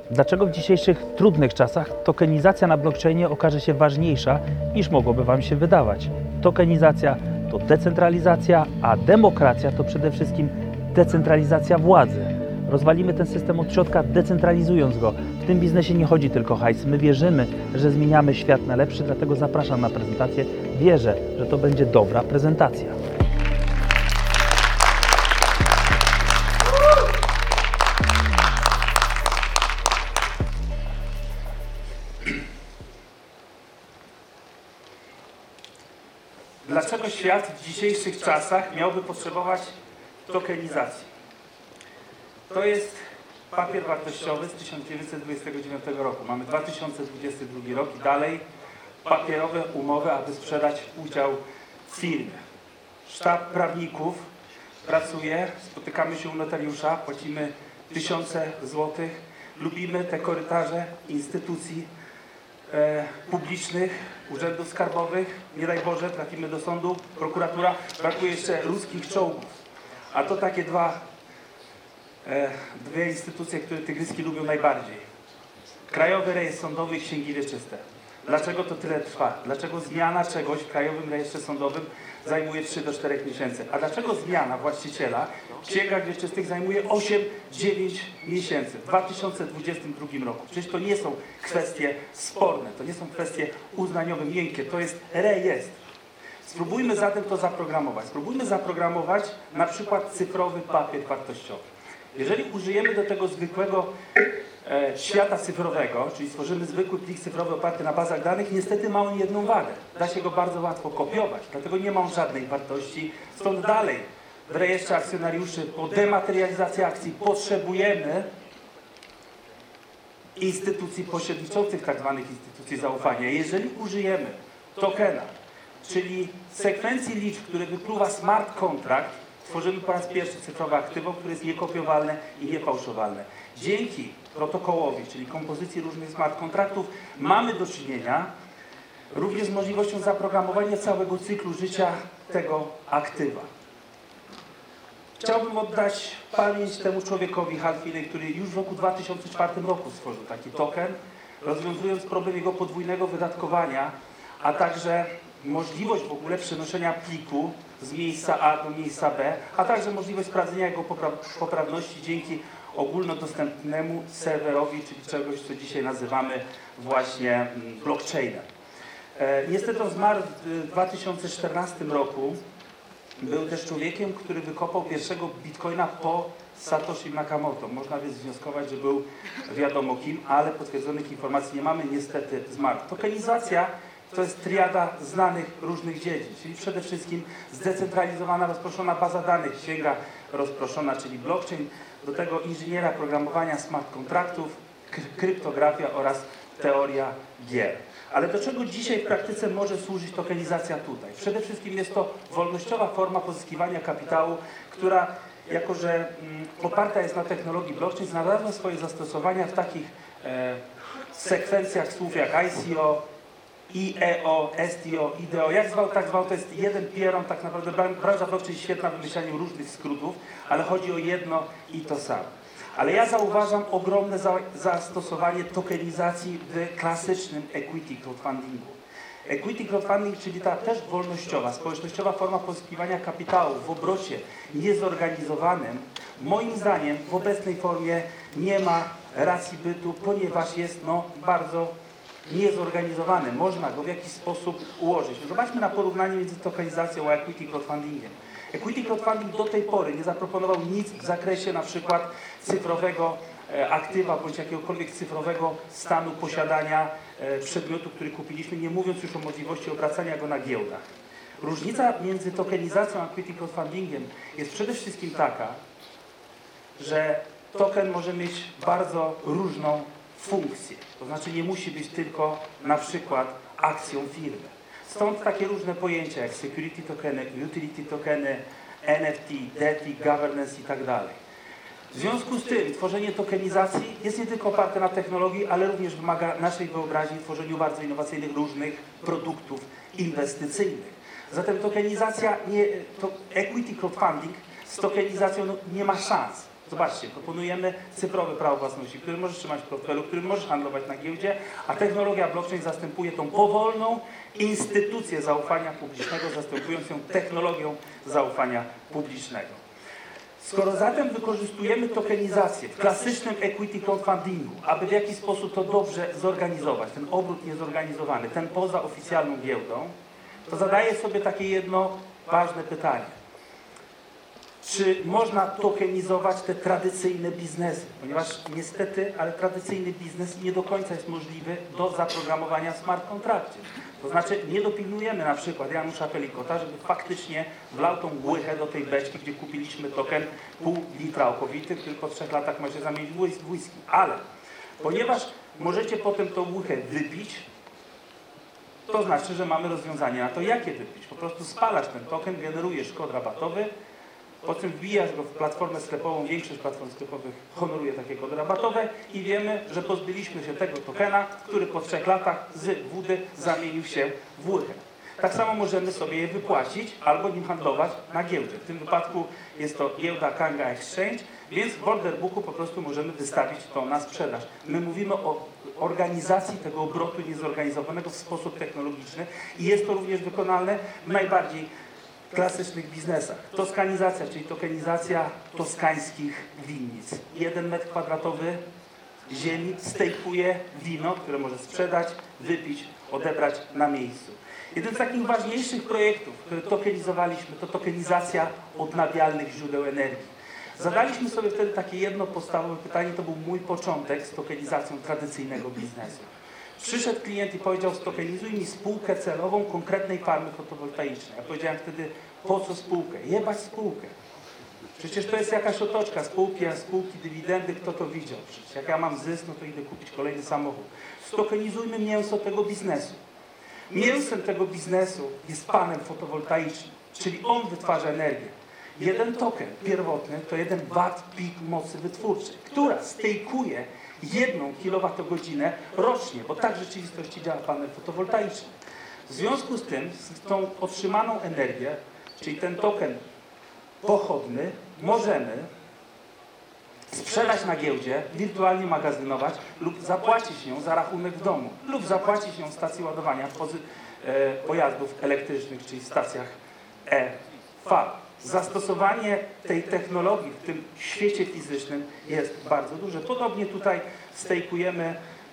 Dlaczego w dzisiejszych trudnych czasach tokenizacja na blockchainie okaże się ważniejsza niż mogłoby Wam się wydawać? Tokenizacja to decentralizacja, a demokracja to przede wszystkim decentralizacja władzy. Rozwalimy ten system od środka, decentralizując go. W tym biznesie nie chodzi tylko o hajs. My wierzymy, że zmieniamy świat na lepszy, dlatego zapraszam na prezentację. Wierzę, że to będzie dobra prezentacja. Dlaczego świat w dzisiejszych czasach miałby potrzebować tokenizacji? To jest papier wartościowy z 1929 roku. Mamy 2022 rok i dalej papierowe umowy, aby sprzedać udział w firmie. Sztab prawników pracuje, spotykamy się u notariusza, płacimy tysiące złotych, lubimy te korytarze instytucji publicznych, urzędów skarbowych, nie daj Boże, trafimy do sądu, prokuratura, brakuje jeszcze ruskich czołgów. A to takie dwie instytucje, które tygryski lubią najbardziej. Krajowy Rejestr Sądowy i Księgi Wieczyste. Dlaczego to tyle trwa? Dlaczego zmiana czegoś w Krajowym Rejestrze Sądowym zajmuje 3 do 4 miesięcy? A dlaczego zmiana właściciela w Księgach Wieczystych zajmuje 8-9 miesięcy w 2022 roku? Przecież to nie są kwestie sporne, to nie są kwestie uznaniowe, miękkie, to jest rejestr. Spróbujmy zatem to zaprogramować. Spróbujmy zaprogramować na przykład cyfrowy papier wartościowy. Jeżeli użyjemy do tego zwykłego świata cyfrowego, czyli stworzymy zwykły plik cyfrowy oparty na bazach danych, niestety ma on jedną wadę. Da się go bardzo łatwo kopiować, dlatego nie ma on żadnej wartości. Stąd dalej w rejestrze akcjonariuszy po dematerializacji akcji potrzebujemy instytucji pośredniczących, tak zwanych instytucji zaufania. Jeżeli użyjemy tokena, czyli sekwencji liczb, które wypluwa smart contract, tworzymy po raz pierwszy cyfrowe aktywo, które jest niekopiowalne i niefałszowalne. Dzięki protokołowi, czyli kompozycji różnych smart kontraktów, mamy do czynienia również z możliwością zaprogramowania całego cyklu życia tego aktywa. Chciałbym oddać pamięć temu człowiekowi, Hal Finney, który już w roku 2004 roku stworzył taki token, rozwiązując problem jego podwójnego wydatkowania, a także możliwość w ogóle przenoszenia pliku z miejsca A do miejsca B, a także możliwość sprawdzenia jego poprawności dzięki ogólnodostępnemu serwerowi, czyli czegoś, co dzisiaj nazywamy właśnie blockchainem. Niestety on zmarł w 2014 roku. Był też człowiekiem, który wykopał pierwszego bitcoina po Satoshi Nakamoto. Można więc wnioskować, że był wiadomo kim, ale potwierdzonych informacji nie mamy. Niestety zmarł. Tokenizacja to jest triada znanych różnych dziedzin, czyli przede wszystkim zdecentralizowana, rozproszona baza danych, księga rozproszona, czyli blockchain, do tego inżynieria programowania smart kontraktów, kryptografia oraz teoria gier. Ale do czego dzisiaj w praktyce może służyć tokenizacja tutaj? Przede wszystkim jest to wolnościowa forma pozyskiwania kapitału, która, jako że oparta jest na technologii blockchain, znalazła swoje zastosowania w takich sekwencjach słów jak ICO, IEO, STO, IDO, jak zwał, tak zwał, to jest jeden pieron, tak naprawdę branża blockchain świetna w wymyślaniu różnych skrótów, ale chodzi o jedno i to samo. Ale ja zauważam ogromne zastosowanie tokenizacji w klasycznym equity crowdfundingu. Equity crowdfunding, czyli ta też wolnościowa, społecznościowa forma pozyskiwania kapitału w obrocie niezorganizowanym, moim zdaniem w obecnej formie nie ma racji bytu, ponieważ jest bardzo niezorganizowany. Można go w jakiś sposób ułożyć. Zobaczmy na porównanie między tokenizacją a equity crowdfundingiem. Equity crowdfunding do tej pory nie zaproponował nic w zakresie na przykład cyfrowego aktywa bądź jakiegokolwiek cyfrowego stanu posiadania przedmiotu, który kupiliśmy, nie mówiąc już o możliwości obracania go na giełdach. Różnica między tokenizacją a equity crowdfundingiem jest przede wszystkim taka, że token może mieć bardzo różną funkcję. To znaczy nie musi być tylko na przykład akcją firmy. Stąd takie różne pojęcia jak security tokeny, utility tokeny, NFT, DeFi, governance i tak dalej. W związku z tym tworzenie tokenizacji jest nie tylko oparte na technologii, ale również wymaga naszej wyobraźni w tworzeniu bardzo innowacyjnych różnych produktów inwestycyjnych. Zatem tokenizacja, equity crowdfunding z tokenizacją nie ma szans. Zobaczcie, proponujemy cyfrowe prawo własności, które możesz trzymać w portfelu, którym możesz handlować na giełdzie, a technologia blockchain zastępuje tą powolną instytucję zaufania publicznego, zastępując ją technologią zaufania publicznego. Skoro zatem wykorzystujemy tokenizację w klasycznym equity crowdfundingu, aby w jakiś sposób to dobrze zorganizować, ten obrót niezorganizowany, ten poza oficjalną giełdą, to zadaję sobie takie jedno ważne pytanie. Czy można tokenizować te tradycyjne biznesy? Ponieważ niestety, ale tradycyjny biznes nie do końca jest możliwy do zaprogramowania w smart kontrakcie. To znaczy nie dopilnujemy na przykład Janusza Pelikota, żeby faktycznie wlał tą łychę do tej beczki, gdzie kupiliśmy token pół litra okowity, który po 3 latach ma się zamienić w whisky. Ale ponieważ możecie potem tą łychę wypić, to znaczy, że mamy rozwiązanie na to, jakie wypić. Po prostu spalasz ten token, generujesz kod rabatowy, po czym wbijasz go w platformę sklepową, większość platform sklepowych honoruje takie kody rabatowe i wiemy, że pozbyliśmy się tego tokena, który po 3 latach z wody zamienił się w łychę. Tak samo możemy sobie je wypłacić albo nim handlować na giełdzie. W tym wypadku jest to giełda Kanga Exchange, więc w order booku po prostu możemy wystawić to na sprzedaż. My mówimy o organizacji tego obrotu niezorganizowanego w sposób technologiczny i jest to również wykonalne w najbardziej klasycznych biznesach. Toskanizacja, czyli tokenizacja toskańskich winnic. 1 metr kwadratowy ziemi stejkuje wino, które może sprzedać, wypić, odebrać na miejscu. Jeden z takich ważniejszych projektów, który tokenizowaliśmy, to tokenizacja odnawialnych źródeł energii. Zadaliśmy sobie wtedy takie jedno podstawowe pytanie, to był mój początek z tokenizacją tradycyjnego biznesu. Przyszedł klient i powiedział, stokenizuj mi spółkę celową konkretnej farmy fotowoltaicznej. Ja powiedziałem wtedy, po co spółkę? Jebać spółkę. Przecież to jest jakaś otoczka, spółki, dywidendy, kto to widział? Przecież jak ja mam zysk, no to idę kupić kolejny samochód. Stokenizujmy mięso tego biznesu. Mięsem tego biznesu jest panel fotowoltaiczny, czyli on wytwarza energię. 1 token pierwotny to 1 watt peak mocy wytwórczej, która stejkuje 1 kWh rocznie, bo tak w rzeczywistości działa panel fotowoltaiczny. W związku z tym, z tą otrzymaną energię, czyli ten token pochodny, możemy sprzedać na giełdzie, wirtualnie magazynować lub zapłacić ją za rachunek w domu, lub zapłacić ją w stacji ładowania pojazdów elektrycznych, czyli w stacjach EV. Zastosowanie tej technologii w tym świecie fizycznym jest bardzo duże. Podobnie tutaj stejkujemy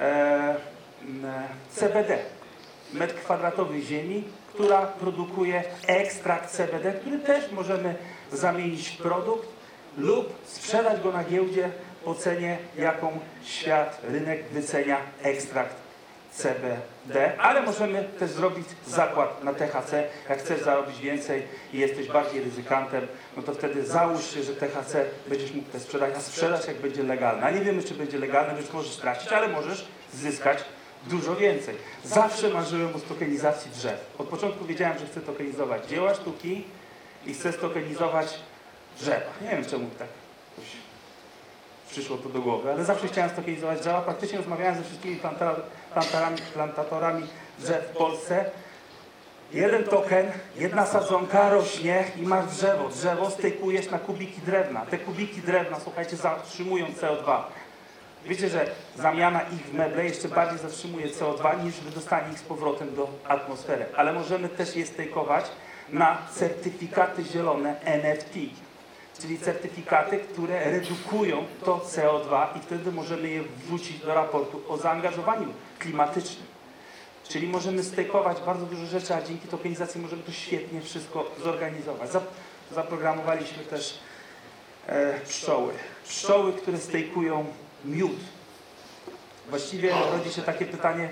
CBD, metr kwadratowy ziemi, która produkuje ekstrakt CBD, który też możemy zamienić w produkt lub sprzedać go na giełdzie po cenie, jaką świat, rynek wycenia ekstrakt CBD, ale możemy też zrobić zakład na THC. Jak chcesz zarobić więcej i jesteś bardziej ryzykantem, no to wtedy załóż się, że THC będziesz mógł te sprzedać, a sprzedaż jak będzie legalna. Nie wiemy, czy będzie legalne, więc możesz stracić, ale możesz zyskać dużo więcej. Zawsze marzyłem o tokenizacji drzew. Od początku wiedziałem, że chcę tokenizować dzieła sztuki i chcę stokenizować drzewa. Nie wiem, czemu tak przyszło to do głowy, ale zawsze chciałem stokenizować drzewa. Praktycznie rozmawiałem ze wszystkimi plantatorami drzew w Polsce. 1 token, 1 sadzonka rośnie i masz drzewo. Drzewo stejkujesz na kubiki drewna. Te kubiki drewna, słuchajcie, zatrzymują CO2. Wiecie, że zamiana ich w meble jeszcze bardziej zatrzymuje CO2 niż wydostanie ich z powrotem do atmosfery. Ale możemy też je stejkować na certyfikaty zielone NFT. Czyli certyfikaty, które redukują to CO2 i wtedy możemy je wrzucić do raportu o zaangażowaniu klimatycznym. Czyli możemy stejkować bardzo dużo rzeczy, a dzięki tokenizacji możemy to świetnie wszystko zorganizować. Zaprogramowaliśmy też pszczoły. Pszczoły, które stejkują miód. Właściwie rodzi się takie pytanie,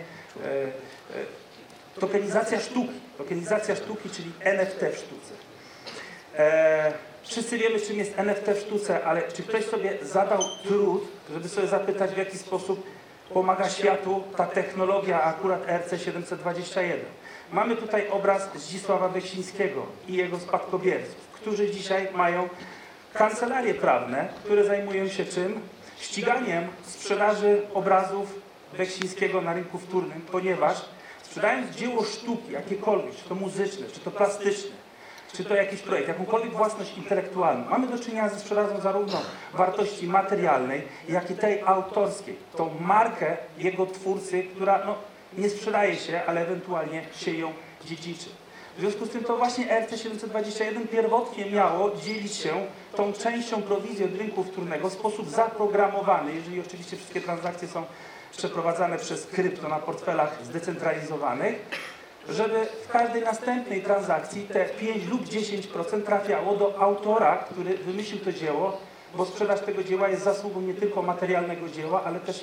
tokenizacja sztuki, czyli NFT w sztuce. Wszyscy wiemy, czym jest NFT w sztuce, ale czy ktoś sobie zadał trud, żeby sobie zapytać, w jaki sposób pomaga światu ta technologia, akurat RC721. Mamy tutaj obraz Zdzisława Beksińskiego i jego spadkobierców, którzy dzisiaj mają kancelarie prawne, które zajmują się czym? Ściganiem sprzedaży obrazów Beksińskiego na rynku wtórnym, ponieważ sprzedając dzieło sztuki, jakiekolwiek, czy to muzyczne, czy to plastyczne, czy to jakiś projekt, jakąkolwiek własność intelektualną, mamy do czynienia ze sprzedażą zarówno wartości materialnej, jak i tej autorskiej. Tą markę jego twórcy, która no, nie sprzedaje się, ale ewentualnie się ją dziedziczy. W związku z tym to właśnie RC721 pierwotnie miało dzielić się tą częścią prowizji od rynku wtórnego w sposób zaprogramowany, jeżeli oczywiście wszystkie transakcje są przeprowadzane przez krypto na portfelach zdecentralizowanych, żeby w każdej następnej transakcji te 5 lub 10% trafiało do autora, który wymyślił to dzieło, bo sprzedaż tego dzieła jest zasługą nie tylko materialnego dzieła, ale też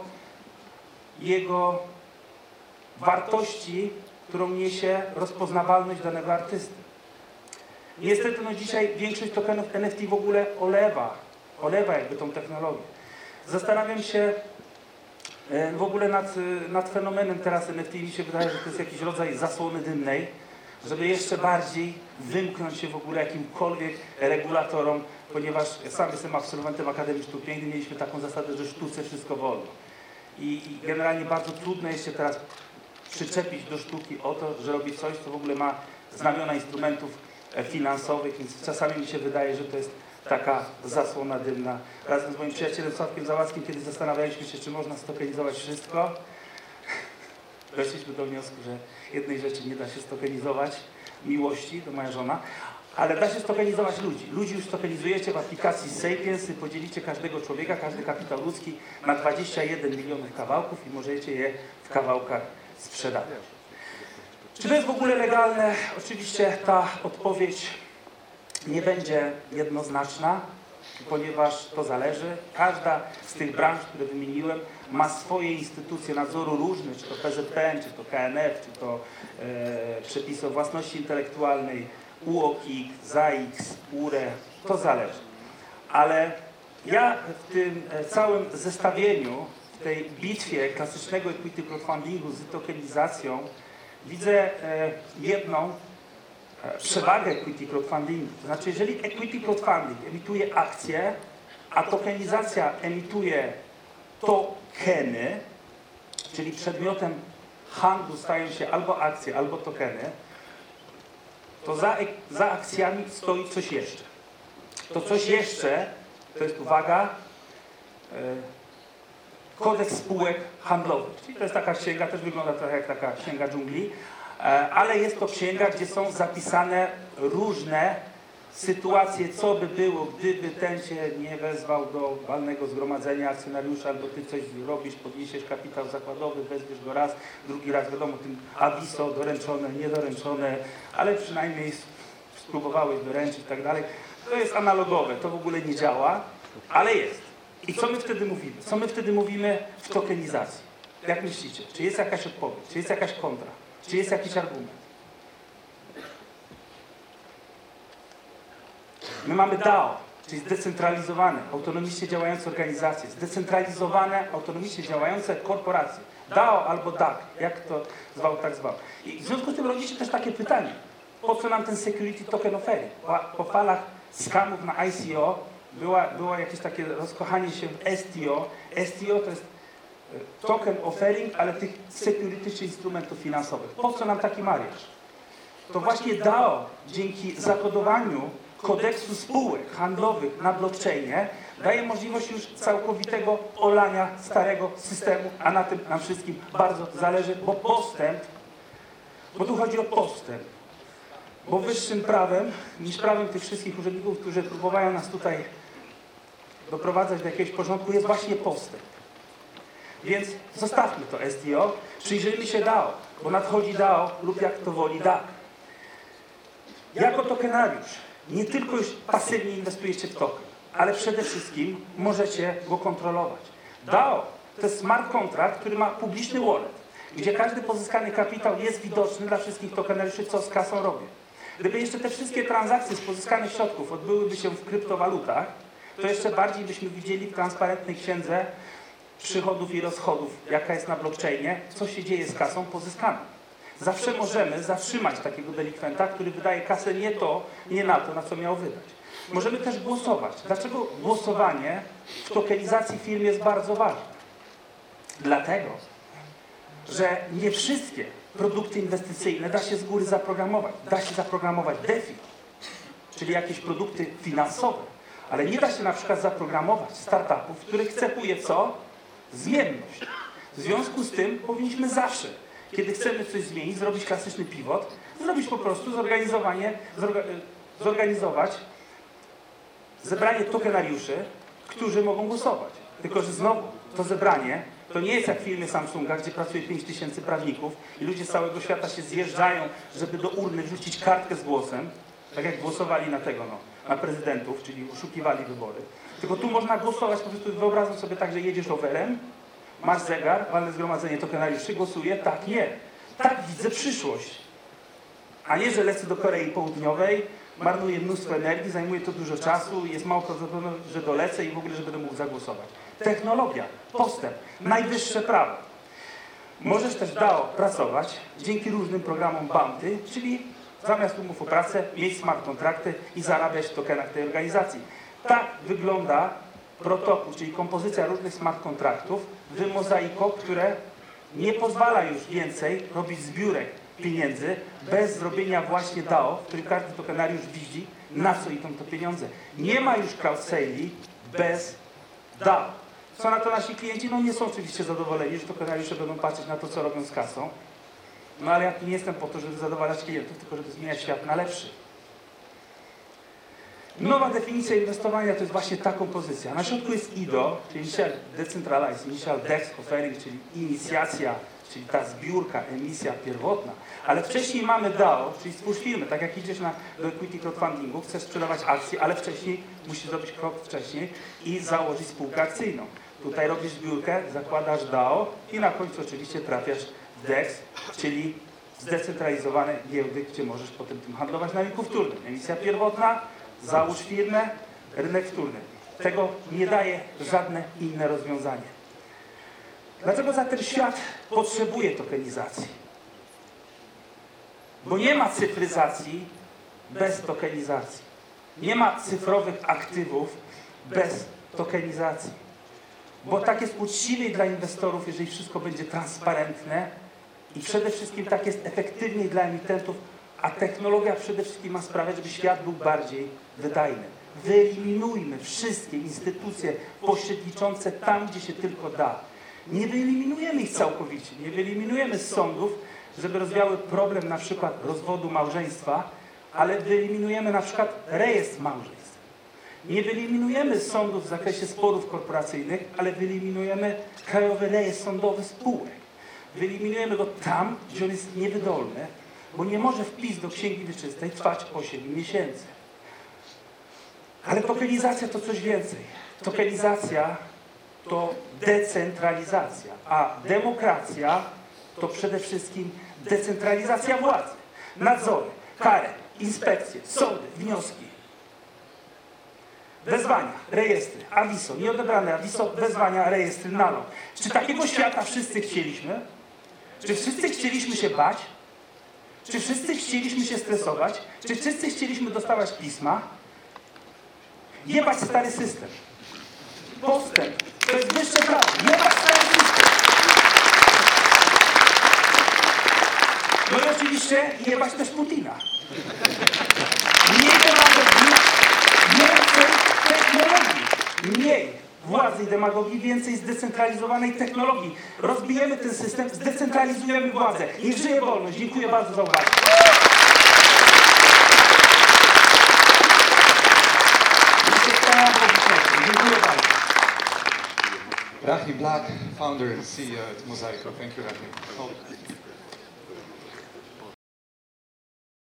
jego wartości, którą niesie rozpoznawalność danego artysty. Niestety no dzisiaj większość tokenów NFT w ogóle olewa jakby tą technologię. Zastanawiam się w ogóle nad fenomenem teraz NFT. Mi się wydaje, że to jest jakiś rodzaj zasłony dymnej, żeby jeszcze bardziej wymknąć się w ogóle jakimkolwiek regulatorom, ponieważ ja sam jestem absolwentem Akademii Sztuk Pięknych, mieliśmy taką zasadę, że sztuce wszystko wolno. I generalnie bardzo trudno jest się teraz przyczepić do sztuki o to, że robi coś, co w ogóle ma znamiona instrumentów finansowych, więc czasami mi się wydaje, że to jest taka zasłona dymna. Razem z moim przyjacielem Sławkiem Załackim, kiedy zastanawialiśmy się, czy można stokenizować wszystko, doszliśmy do wniosku, że jednej rzeczy nie da się stokenizować, miłości, to moja żona, ale da się stokenizować ludzi. Ludzi już stokenizujecie w aplikacji Sapiens, podzielicie każdego człowieka, każdy kapitał ludzki na 21 milionów kawałków i możecie je w kawałkach sprzedawać. Czy to jest w ogóle legalne? Oczywiście ta odpowiedź nie będzie jednoznaczna, ponieważ to zależy. Każda z tych branż, które wymieniłem, ma swoje instytucje nadzoru różne, czy to PZPN, czy to KNF, czy to przepisy o własności intelektualnej, UOKiK, ZAIX, URE, to zależy. Ale ja w tym całym zestawieniu, w tej bitwie klasycznego equity crowdfundingu z tokenizacją widzę jedną przewagę equity crowdfundingu. To znaczy, jeżeli equity crowdfunding emituje akcje, a tokenizacja emituje tokeny, czyli przedmiotem handlu stają się albo akcje, albo tokeny, to za akcjami stoi coś jeszcze. To coś jeszcze, to jest uwaga, kodeks spółek handlowych. Czyli to jest taka księga, też wygląda trochę jak taka księga dżungli, ale jest to księga, gdzie są zapisane różne sytuacje, co by było, gdyby ten cię nie wezwał do walnego zgromadzenia akcjonariusza, albo ty coś zrobisz, podniesiesz kapitał zakładowy, wezwiesz go raz, drugi raz, wiadomo, tym awiso, doręczone, niedoręczone, ale przynajmniej spróbowałeś doręczyć i tak dalej. To jest analogowe, to w ogóle nie działa, ale jest. I co my wtedy mówimy? Co my wtedy mówimy w tokenizacji? Jak myślicie? Czy jest jakaś odpowiedź? Czy jest jakaś kontra? Czy jest jakiś argument? My mamy DAO, czyli zdecentralizowane, autonomicznie działające organizacje, zdecentralizowane, autonomicznie działające korporacje. DAO albo DAC, jak to zwał, tak zwał. I w związku z tym rodzi się też takie pytanie, po co nam ten security token offering? Po falach skamów na ICO było jakieś takie rozkochanie się w STO. STO to jest token offering, ale tych security czy instrumentów finansowych. Po co nam taki mariaż? To właśnie DAO dzięki zakodowaniu kodeksu spółek handlowych na blockchainie daje możliwość już całkowitego olania starego systemu, a na tym nam wszystkim bardzo zależy, bo tu chodzi o postęp. Bo wyższym prawem niż prawem tych wszystkich urzędników, którzy próbują nas tutaj doprowadzać do jakiegoś porządku, jest właśnie postęp. Więc zostawmy to STO, przyjrzyjmy się DAO, bo nadchodzi DAO lub jak to woli DAC. Jako tokenariusz nie tylko już pasywnie inwestujecie w token, ale przede wszystkim możecie go kontrolować. DAO to jest smart contract, który ma publiczny wallet, gdzie każdy pozyskany kapitał jest widoczny dla wszystkich tokenariuszy, co z kasą robią. Gdyby jeszcze te wszystkie transakcje z pozyskanych środków odbyłyby się w kryptowalutach, to jeszcze bardziej byśmy widzieli w transparentnej księdze przychodów i rozchodów, jaka jest na blockchainie, co się dzieje z kasą pozyskaną. Zawsze możemy zatrzymać takiego delikwenta, który wydaje kasę nie na to, na co miał wydać. Możemy też głosować. Dlaczego głosowanie w tokenizacji firm jest bardzo ważne? Dlatego, że nie wszystkie produkty inwestycyjne da się z góry zaprogramować. Da się zaprogramować DeFi, czyli jakieś produkty finansowe, ale nie da się na przykład zaprogramować startupów, w których cechuje co? Zmienność. W związku z tym powinniśmy zawsze, kiedy chcemy coś zmienić, zrobić klasyczny pivot, zrobić po prostu zorganizować zebranie tokenariuszy, którzy mogą głosować. Tylko że znowu to zebranie to nie jest jak w firmie Samsunga, gdzie pracuje 5000 prawników i ludzie z całego świata się zjeżdżają, żeby do urny wrzucić kartkę z głosem, tak jak głosowali na tego, na prezydentów, czyli oszukiwali wybory. Tylko tu można głosować, po prostu wyobrażam sobie tak, że jedziesz rowerem, masz zegar, walne zgromadzenie tokenariuszy, głosuje, tak, nie. Tak widzę przyszłość. A nie, że lecę do Korei Południowej, marnuję mnóstwo energii, zajmuje to dużo czasu, jest mało prawdopodobne, że dolecę i w ogóle, że będę mógł zagłosować. Technologia, postęp, najwyższe prawo. Możesz też DAO pracować dzięki różnym programom Bounty, czyli zamiast umów o pracę mieć smart kontrakty i zarabiać w tokenach tej organizacji. Tak wygląda protokół, czyli kompozycja różnych smart kontraktów w Mozaiko, które nie pozwala już więcej robić zbiórek pieniędzy bez zrobienia właśnie DAO, w którym każdy tokenariusz widzi, na co idą te pieniądze. Nie ma już crowd-sali bez DAO. Co na to nasi klienci? No nie są oczywiście zadowoleni, że tokenariusze będą patrzeć na to, co robią z kasą. No ale ja tu nie jestem po to, żeby zadowalać klientów, tylko żeby zmieniać świat na lepszy. Nowa definicja inwestowania to jest właśnie ta kompozycja. Na środku jest IDO, czyli Initial Decentralized Initial Dex Offering, czyli inicjacja, czyli ta zbiórka, emisja pierwotna. Ale wcześniej mamy DAO, czyli stwórz firmę. Tak jak idziesz do equity crowdfundingu, chcesz sprzedawać akcje, ale wcześniej musisz zrobić krok wcześniej i założyć spółkę akcyjną. Tutaj robisz zbiórkę, zakładasz DAO i na końcu oczywiście trafiasz w DEX, czyli zdecentralizowane giełdy, gdzie możesz potem tym handlować na rynku wtórnym. Emisja pierwotna, załóż firmę, rynek wtórny. Tego nie daje żadne inne rozwiązanie. Dlaczego zatem świat potrzebuje tokenizacji? Bo nie ma cyfryzacji bez tokenizacji. Nie ma cyfrowych aktywów bez tokenizacji. Bo tak jest uczciwiej dla inwestorów, jeżeli wszystko będzie transparentne i przede wszystkim tak jest efektywniej dla emitentów, a technologia przede wszystkim ma sprawiać, żeby świat był bardziej wydajny. Wyeliminujmy wszystkie instytucje pośredniczące tam, gdzie się tylko da. Nie wyeliminujemy ich całkowicie, nie wyeliminujemy z sądów, żeby rozwiały problem na przykład rozwodu małżeństwa, ale wyeliminujemy na przykład rejestr małżeństw. Nie wyeliminujemy sądów w zakresie sporów korporacyjnych, ale wyeliminujemy Krajowy Rejestr Sądowy Spółek. Wyeliminujemy go tam, gdzie on jest niewydolny, bo nie może wpis do księgi wieczystej trwać 8 miesięcy. Ale tokenizacja to coś więcej. Tokenizacja to decentralizacja, a demokracja to przede wszystkim decentralizacja władzy. Nadzory, kary, inspekcje, sądy, wnioski, wezwania, rejestry, awiso, nieodebrane awiso, wezwania, rejestry, nalog. Czy takiego świata wszyscy chcieliśmy? Czy wszyscy chcieliśmy się bać? Czy wszyscy chcieliśmy się stresować? Czy wszyscy chcieliśmy dostawać pisma? Jebać stary system. Postęp. To jest wyższe prawo. Jebać stary system. No i oczywiście jebać też Putina. Mniej demagogii, więcej technologii. Mniej władzy i demagogii, więcej zdecentralizowanej technologii. Rozbijemy ten system, zdecentralizujemy władzę. Niech żyje wolność. Dziękuję bardzo za uwagę. Dziękuję bardzo. Rafi Black, founder and CEO at Mozaiko. Thank you, Rafi.